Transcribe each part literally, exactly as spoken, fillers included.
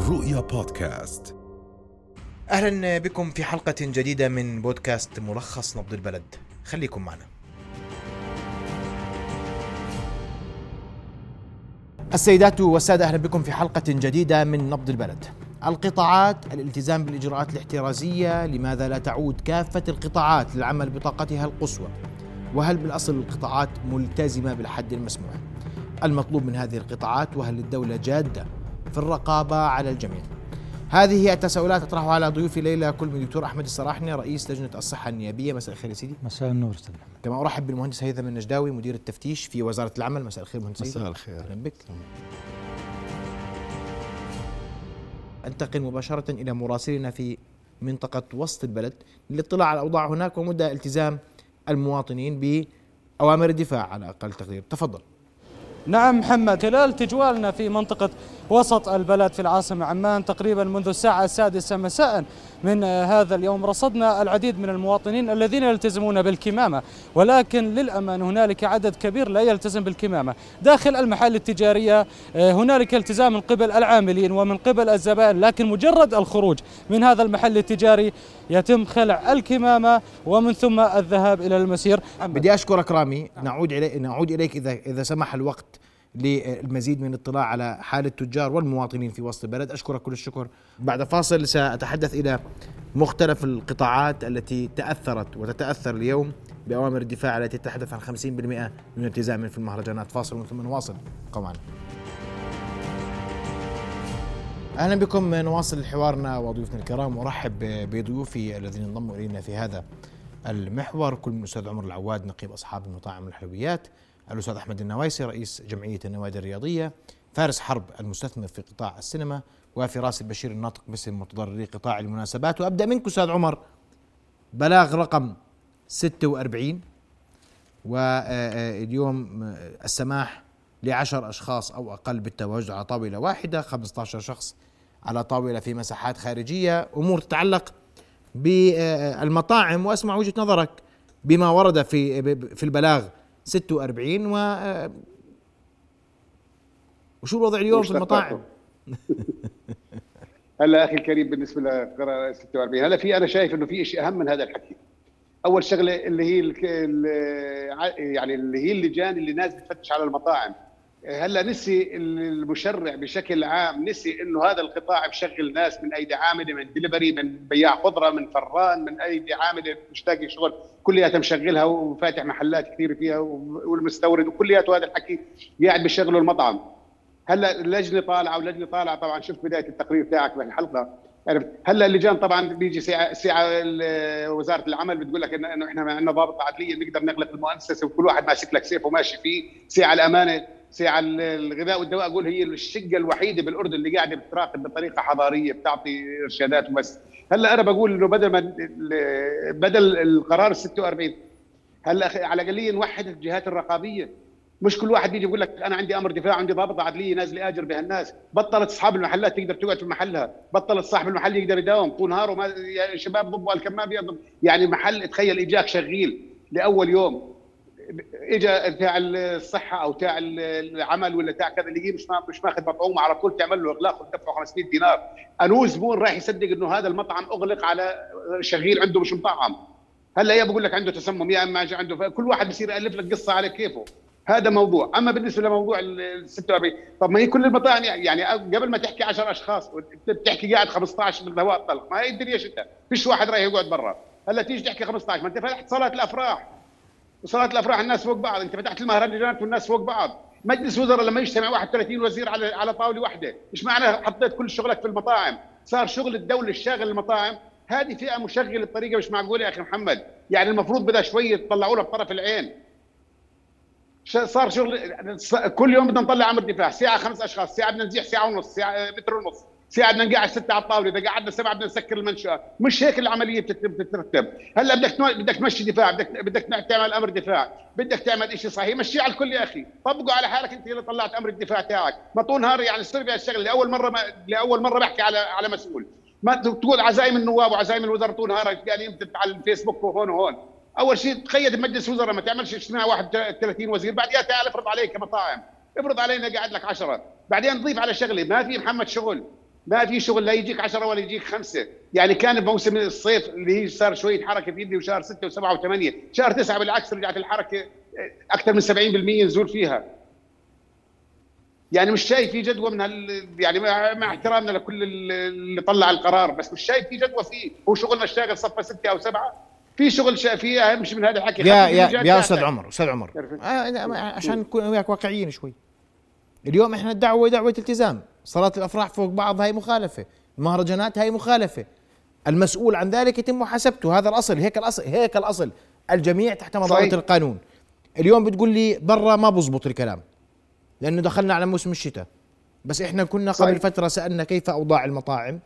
رؤيا بودكاست. أهلا بكم في حلقة جديدة من بودكاست ملخص نبض البلد. خليكم معنا. السيدات والسادة، أهلا بكم في حلقة جديدة من نبض البلد. القطاعات، الالتزام بالإجراءات الاحترازية، لماذا لا تعود كافة القطاعات للعمل بطاقتها القصوى؟ وهل بالأصل القطاعات ملتزمة بالحد المسموح؟ المطلوب من هذه القطاعات، وهل الدولة جادة في الرقابة على الجميع؟ هذه هي التساؤلات أطرحها على ضيوفي ليلة كل من دكتور أحمد السراحني رئيس لجنة الصحة النيابية. مساء الخير يا سيدي. مساء النور استاذ. كما أرحب بالمهندس هيثم النجداوي مدير التفتيش في وزارة العمل. مساء الخير مهندس هيثم. مساء الخير. أهلا بك. أنتقل مباشرة إلى مراسلنا في منطقة وسط البلد للاطلاع على الأوضاع هناك ومدى التزام المواطنين بأوامر الدفاع على أقل تقدير. تفضل. نعم محمد، خلال تجوالنا في منطقة وسط البلد في العاصمة عمان تقريبا منذ الساعة السادسة مساء من هذا اليوم رصدنا العديد من المواطنين الذين يلتزمون بالكمامة، ولكن للأمانة هنالك عدد كبير لا يلتزم بالكمامة. داخل المحال التجارية هنالك التزام من قبل العاملين ومن قبل الزبائن، لكن مجرد الخروج من هذا المحل التجاري يتم خلع الكمامة ومن ثم الذهاب إلى المسير. بدي أشكرك رامي. نعود إلي نعود إليك إذا إذا سمح الوقت للمزيد من الاطلاع على حال التجار والمواطنين في وسط البلد. أشكرك كل الشكر. بعد فاصل سأتحدث إلى مختلف القطاعات التي تأثرت وتتأثر اليوم بأوامر الدفاع التي تتحدث عن خمسين بالمئة من التزام في المهرجانات. فاصل ومن ثم نواصل. قوما. أهلا بكم. نواصل حوارنا وضيوفنا الكرام، وأرحب بضيوفي الذين انضموا إلينا في هذا المحور. كل من الأستاذ عمر العواد نقيب أصحاب المطاعم والحلويات، الأستاذ أحمد النوايسي رئيس جمعية النوادي الرياضية، فارس حرب المستثمر في قطاع السينما، وفراس البشير الناطق باسم متضرري قطاع المناسبات. وأبدأ منك أستاذ عمر. بلاغ رقم ستة وأربعين، واليوم السماح لعشر أشخاص أو أقل بالتواجد على طاولة واحدة، خمسة عشر شخص على طاولة في مساحات خارجية، أمور تتعلق بالمطاعم. وأسمع وجهة نظرك بما ورد في في البلاغ ستة وأربعين، و وشو الوضع اليوم في المطاعم؟ هلا اخي الكريم، بالنسبه لقرار ستة وأربعين، هلا في انا شايف انه في شيء اهم من هذا الحكي. اول شغله اللي هي يعني اللي هي اللجان اللي نازله تفتش على المطاعم. هلا نسي المشرع بشكل عام، نسي انه هذا القطاع بشغل ناس من ايدي عامله، من دليفري، من بياع خضره، من فران، من ايدي عامله مش لاقي شغل، كلياتها مشغلها وفاتح محلات كثير فيها، والمستورد وكلياته هذا الحكي قاعد بيشغلوا المطعم. هلا اللجنه طالعه ولجنه طالعه، طبعا شفت بدايه التقرير تاعك في الحلقه، عرفت. هلا اللجان طبعا بيجي ساعه ساعه وزاره العمل بتقول لك انه احنا عندنا ضابط عدليه نقدر نغلق المؤسسه وكل واحد ماسك لك سيف وماشي فيه. ساعه الامانه، ساعه الغذاء والدواء، اقول هي الشقه الوحيده بالاردن اللي قاعده بتراقب بطريقه حضاريه، بتعطي ارشادات وبس. هلا انا بقول انه بدل ما بدل القرار ستة وأربعين، هلا على الاقل نوحد الجهات الرقابيه. مش كل واحد بيجي يقول لك انا عندي امر دفاع، عندي ضابط عدليه نازل اجر بهالناس. بطلت اصحاب المحلات تقدر تقعد في محلها، بطلت صاحب المحل يقدر يداوم طول نهاره. ما يا شباب ضبوا الكمام يضب. يعني محل تخيل اجاك شغيل لاول يوم، اجى تاع الصحه او تاع العمل ولا تاع كذا اللي مش مش ماخذ مطعوم، على طول تعمل له اغلاق وتدفعه خمسمئة دينار. انو زبون راح يصدق انه هذا المطعم اغلق على شغيل عنده مش مطعم. هلا يا بقول لك عنده تسمم، يا اما عنده، كل واحد بصير يالف لك قصه على كيفه. هذا موضوع. اما بالنسبه لموضوع ال ستة وأربعين، طب ما هي كل المطاعم يعني قبل ما تحكي عشرة اشخاص بتحكي قاعد خمسة عشر بالهواء الطلق، ما هي الدنيا شتاء، فيش واحد رايح يقعد برا. هلا تيجي تحكي خمسة عشر، ما انت فتحت صلاه الافراح، وصلاه الافراح الناس فوق بعض، انت فتحت المهرجانات والناس فوق بعض. مجلس وزراء لما يجتمع واحد وثلاثين وزير على على طاوله واحده، مش معنى حطيت كل شغلك في المطاعم. صار شغل الدوله الشاغل المطاعم. هذه فئه مشغله بطريقه مش معقوله يا اخي محمد. يعني المفروض بدها شويه تطلعوا له بطرف العين. صار شغل كل يوم بدنا نطلع امر دفاع، ساعه خمس اشخاص، ساعه بدنا نزيح ساعه ونص، ساعه متر ونص، ساعه بدنا نقعد سته على الطاوله، اذا قعدنا سبعه بدنا نسكر المنشاه. مش هيك العمليه بتترتب. هلا بدك بدك تمشي دفاع، بدك بدك تعمل امر دفاع، بدك تعمل شيء صحيح، مشي على الكل يا اخي. طبقوا على حالك انت اللي طلعت امر الدفاع تاعك. ما طول نهار يعني السر بهالشغله. لاول مره ما لاول مره بحكي على على مسؤول. ما تقول عزايم النواب وعزايم الوزراء طول نهار يعني انت على الفيسبوك وهون وهون. اول شيء تخيل مجلس وزراء ما تعملش اجتماع واحد وثلاثين وزير، بعدين تعال افرض عليك كمطاعم، افرض علينا قاعد لك عشرة، بعدين نضيف على شغله ما في محمد شغل. ما في شغل، لا يجيك عشرة ولا يجيك خمسة. يعني كان بموسم الصيف اللي هي صار شوية حركة في يدي، وشهر ستة وسبعة وثمانية، شهر تسعة بالعكس رجعت الحركة أكثر من سبعين بالمئة نزول فيها. يعني مش شايف في جدوى من هال يعني مع احترامنا لكل اللي طلع القرار، بس مش شايف في جدوى فيه. هو شغلنا اشتغل صفة ستة أو سبعة، في شغل فيه أهم من هذا الحكي. يا يا يا أستاذ عمر أستاذ عمر آه عشان نكون وياك واقعيين شوي. اليوم احنا الدعوة دعوة التزام، صلاة الأفراح فوق بعض هاي مخالفة، المهرجانات هاي مخالفة، المسؤول عن ذلك يتم محاسبته، هذا الأصل، هيك الأصل، هيك الأصل، الجميع تحت مظلة القانون. اليوم بتقول لي برا ما بزبط الكلام لأنه دخلنا على موسم الشتاء، بس احنا كنا قبل صحيح. فترة سألنا كيف أوضاع المطاعم،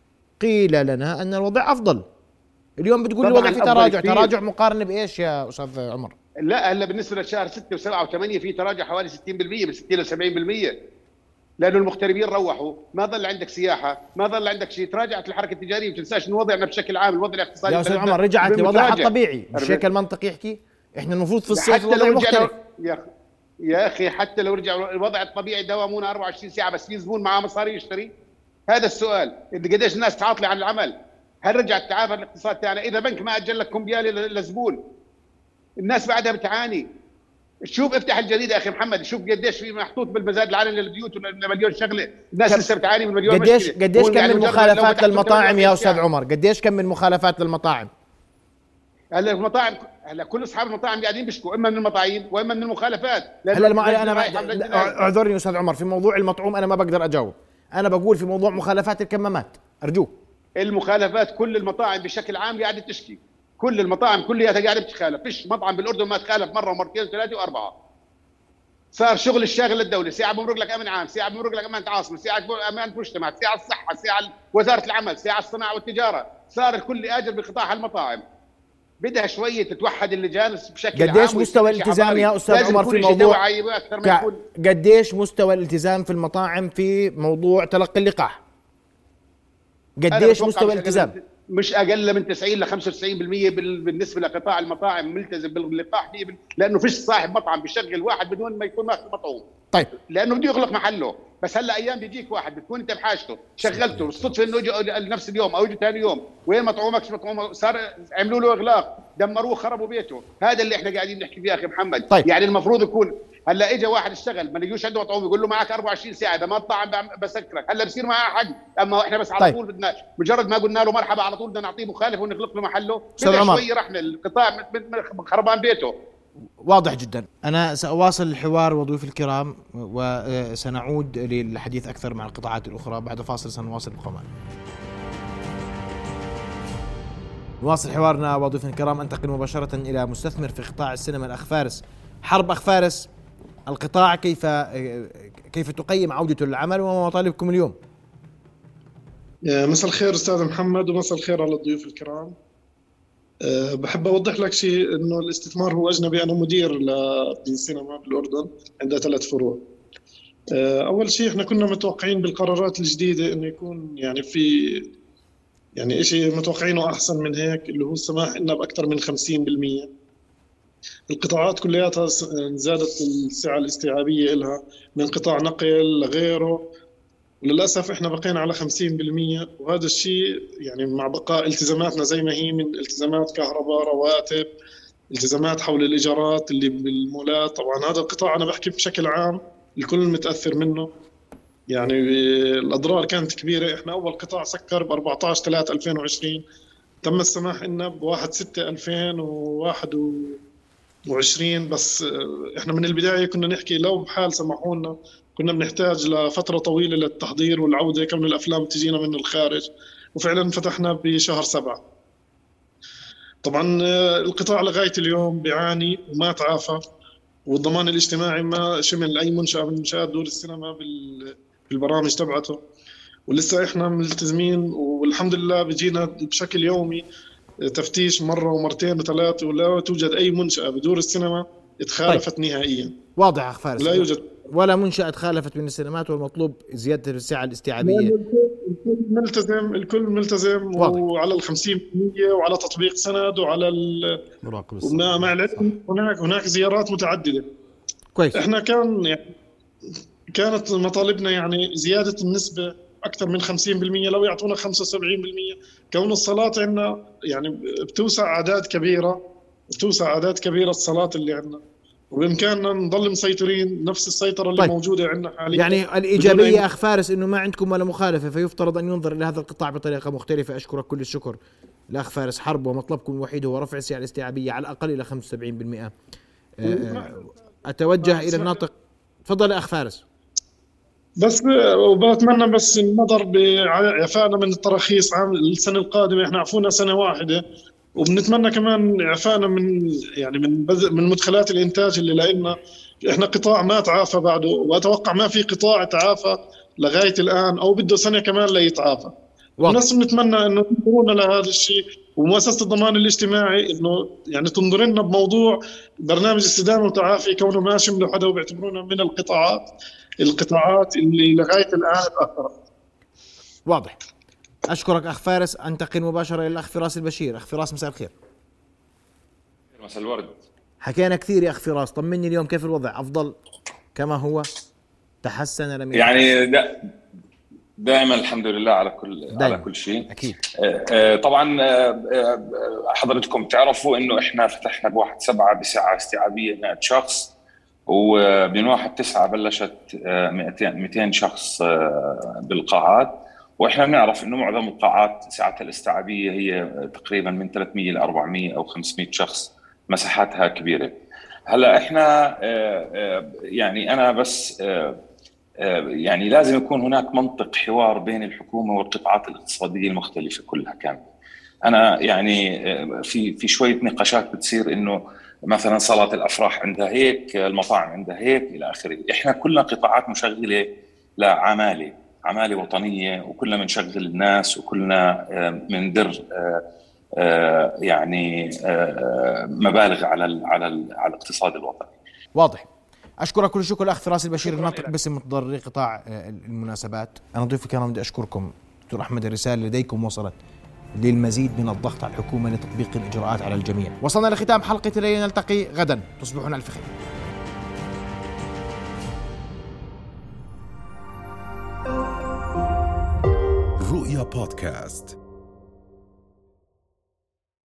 قيل لنا أن الوضع أفضل. اليوم بتقول لي الوضع في تراجع، تراجع مقارنة بإيش يا أستاذ عمر؟ لا هلا بالنسبة لشهر ستة وسبعة وثمانية في تراجع حوالي ستين بالمئة، من ستين إلى سبعين بالمئة، لأنه المغتربين روحوا، ما ظل عندك سياحة، ما ظل عندك شيء، تراجعت الحركة التجارية. وتنساش إنه وضعنا بشكل عام الوضع الاقتصادي يا أستاذ عمر رجعت لوضعها الطبيعي، مش هيك المنطق يحكي؟ إحنا المفروض في الصيف الوضع مختلف. يا يا أخي حتى لو رجع الوضع الطبيعي دوامونا أربعة وعشرين ساعة، بس في زبون معاه مصاري يشتري؟ هذا السؤال. قديش الناس تعاطلة عن العمل؟ هل رجع التعافى الاقتصاد تاعنا؟ إذا بنك ما أجل لك كمبيالي لزبون، الناس بعدها بتعاني. شوف افتح الجريده اخي محمد، شوف قديش في محطوط بالمزاد العالمي للبيوت ومليون شغله، الناس لسه بتعاني من مليون قديش مشكله. قديش كم من مخالفات للمطاعم يا استاذ عمر؟ قديش كم من مخالفات للمطاعم؟ هلا المطاعم، هلا كل اصحاب المطاعم قاعدين بيشكوا اما من المطاعيم واما من المخالفات. هلا الم... انا ما اعذرني استاذ عمر، في موضوع المطعوم انا ما بقدر اجاوب، انا بقول في موضوع مخالفات الكمامات ارجوك. المخالفات كل المطاعم بشكل عام قاعده تشكي، كل المطاعم كلها قاعده بتتخالف، فيش مطعم بالاردن ما تخالف مره ومرتين وثلاثه واربعه. صار شغل الشاغل للدوله، ساعه بمرق لك امن عام، ساعه بمرق لك امانه عاصمه، ساعه امانه مجتمع، ساعه الصحه، ساعه وزاره العمل، ساعه الصناعه والتجاره، صار الكل ااجر بقطاع المطاعم. بدها شويه تتوحد اللجان بشكل عام. قديش مستوى الالتزام يا استاذ عمر في موضوع ك... قديش مستوى الالتزام في المطاعم في موضوع تلقي اللقاح؟ قديش مستوى الالتزام؟ مش اقل من تسعين إلى خمسة وتسعين بالمئة بالنسبه لقطاع المطاعم ملتزم باللقاح، لانه فيش صاحب مطعم بيشغل واحد بدون ما يكون ماخذ مطعوم. طيب لانه بده يغلق محله. بس هلا ايام بيجيك واحد بتكون انت بحاجته، شغلته، الصدفه انه يجي نفس اليوم او يجي ثاني يوم، وين مطعومك؟ مش مطعومه، صار عملوا له اغلاق، دمروه، خربوا بيته. هذا اللي احنا قاعدين نحكي فيه اخي محمد. طيب. يعني المفروض يكون هلا اجى واحد اشتغل ما لقيوش عنده مطعوم، يقول له معك أربعة وعشرين ساعه، اذا ما طعم بسكرك. هلا بصير معاه حق، اما احنا بس على طيب. طول بدنا مجرد ما قلنا له مرحبا على طول بدنا نعطيه مخالف ونغلق له محله. شوي رحمه، القطاع خربان بيته. واضح جدا. أنا سأواصل الحوار وضيوف الكرام وسنعود للحديث أكثر مع القطاعات الأخرى بعد فاصل. سنواصل بقمان. نواصل حوارنا وضيوفنا الكرام. أنتقل مباشرة إلى مستثمر في قطاع السينما الأخ فارس. حرب أخ فارس، القطاع كيف كيف تقيم عودته للعمل وما مطالبكم اليوم؟ مساء الخير أستاذ محمد، ومساء الخير على الضيوف الكرام. أه بحب أوضح لك شيء، إنه الاستثمار هو أجنبي. أنا مدير للسينما بالأردن، عندها ثلاث فروع. أه أول شيء إحنا كنا متوقعين بالقرارات الجديدة إنه يكون يعني في يعني إشي متوقعينه أحسن من هيك، اللي هو السماح لنا بأكثر من خمسين بالمئة. القطاعات كلياتها زادت السعة الاستيعابية إلها من قطاع نقل لغيره، وللأسف إحنا بقينا على خمسين بالمئة. وهذا الشيء يعني مع بقاء التزاماتنا زي ما هي من التزامات كهرباء، رواتب، التزامات حول الإيجارات اللي بالمولات. طبعا هذا القطاع أنا بحكي بشكل عام الكل متأثر منه، يعني الأضرار كانت كبيرة. إحنا أول قطاع سكر ب أربعة عشر ثلاثة ألفين وعشرين، تم السماح لنا ب واحد ستة ألفين وواحد وعشرين. بس إحنا من البداية كنا نحكي لو بحال سمحوا لنا كنا بنحتاج لفترة طويلة للتحضير والعودة، كم الأفلام تجينا من الخارج، وفعلا فتحنا بشهر سبعة. طبعا القطاع لغاية اليوم بيعاني وما تعافى، والضمان الاجتماعي ما شمل أي منشأة من منشآت دور السينما بالبرامج تبعته، ولسه إحنا ملتزمين. والحمد لله بيجينا بشكل يومي تفتيش مرة ومرتين وثلاثة، ولا توجد أي منشأة بدور السينما اتخالفت طيب. نهائيا. واضح أخ فارس، لا يوجد ولا منشأة اتخالفت من السينمات، والمطلوب زيادة السعة الاستيعابية. الكل ملتزم، الكل ملتزم وعلى الخمسين بالمئة وعلى تطبيق سند وعلى المراقبة. ومع العلم هناك هناك زيارات متعددة. كويس. احنا كان يعني كانت مطالبنا يعني زيادة النسبة اكثر من خمسين بالمئة، لو يعطونا خمسة وسبعين بالمئة. كون الصلاه عندنا يعني بتوسع اعداد كبيره، بتوسع اعداد كبيره الصلاه اللي عندنا، وبامكاننا نضل مسيطرين نفس السيطره اللي طيب. موجوده عندنا حاليا. يعني الايجابيه اخ فارس انه ما عندكم ولا مخالفه، فيفترض ان ينظر الى هذا القطاع بطريقه مختلفه. اشكرك كل الشكر الاخ فارس حرب، ومطلبكم الوحيد هو رفع السعر الاستيعابيه على الاقل الى خمسة وسبعين بالمئة. اتوجه الى الناطق، تفضل اخ فارس. بس وبتمنى بس النظر بإعفائنا من التراخيص عام السنة القادمة. احنا عفونا سنة واحدة، وبنتمنى كمان إعفائنا من يعني من من مدخلات الإنتاج اللي لنا. احنا قطاع ما تعافى بعده، وأتوقع ما في قطاع تعافى لغاية الآن أو بده سنة كمان ليتعافى. ونفس بنتمنى إنه تنظرونا لهذا الشيء، ومؤسسة الضمان الاجتماعي إنه يعني تنظر لنا بموضوع برنامج استدامة وتعافي، كونه ما شمله حدا وبيعتبرونا من القطاعات القطاعات اللي لغاية الآن تأثرت. واضح. أشكرك أخ فارس. أنتقل مباشرة إلى الأخ فراس البشير. أخ فراس مساء الخير. مساء الورد. حكينا كثير يا أخ فراس، طمني اليوم كيف الوضع؟ أفضل كما هو؟ تحسن لم يتحسن؟ يعني دا دائما الحمد لله على كل دائما. على كل شيء أكيد. طبعا حضرتكم تعرفوا إنه إحنا فتحنا بواحد سبعة بسعة استيعابية مئة شخص، وبين واحد تسعة بلشت مئتين شخص بالقاعات. وإحنا بنعرف إنه معظم القاعات سعة الاستيعابية هي تقريبا من ثلاثمئة إلى أربعمئة أو خمسمئة شخص، مساحاتها كبيرة. هلا إحنا يعني أنا بس يعني لازم يكون هناك منطق حوار بين الحكومة والقطاعات الاقتصادية المختلفة كلها كاملة. أنا يعني في في شوية نقاشات بتصير إنه مثلا صالات الأفراح عندها هيك، المطاعم عندها هيك إلى آخره. إحنا كلنا قطاعات مشغلة لعمالة عمالة وطنية، وكلنا بنشغل الناس، وكلنا بندر يعني مبالغ على على على الاقتصاد الوطني. واضح. أشكرك كل الشكر الأخ فراس البشير الناطق باسم متضرري قطاع المناسبات. أنا ضيفي كان بدي أشكركم دكتور أحمد. الرسالة لديكم وصلت للمزيد من الضغط على الحكومة لتطبيق الإجراءات على الجميع. وصلنا لختام حلقة الليلة، نلتقي غدا. تصبحون على خير. رؤيا بودكاست.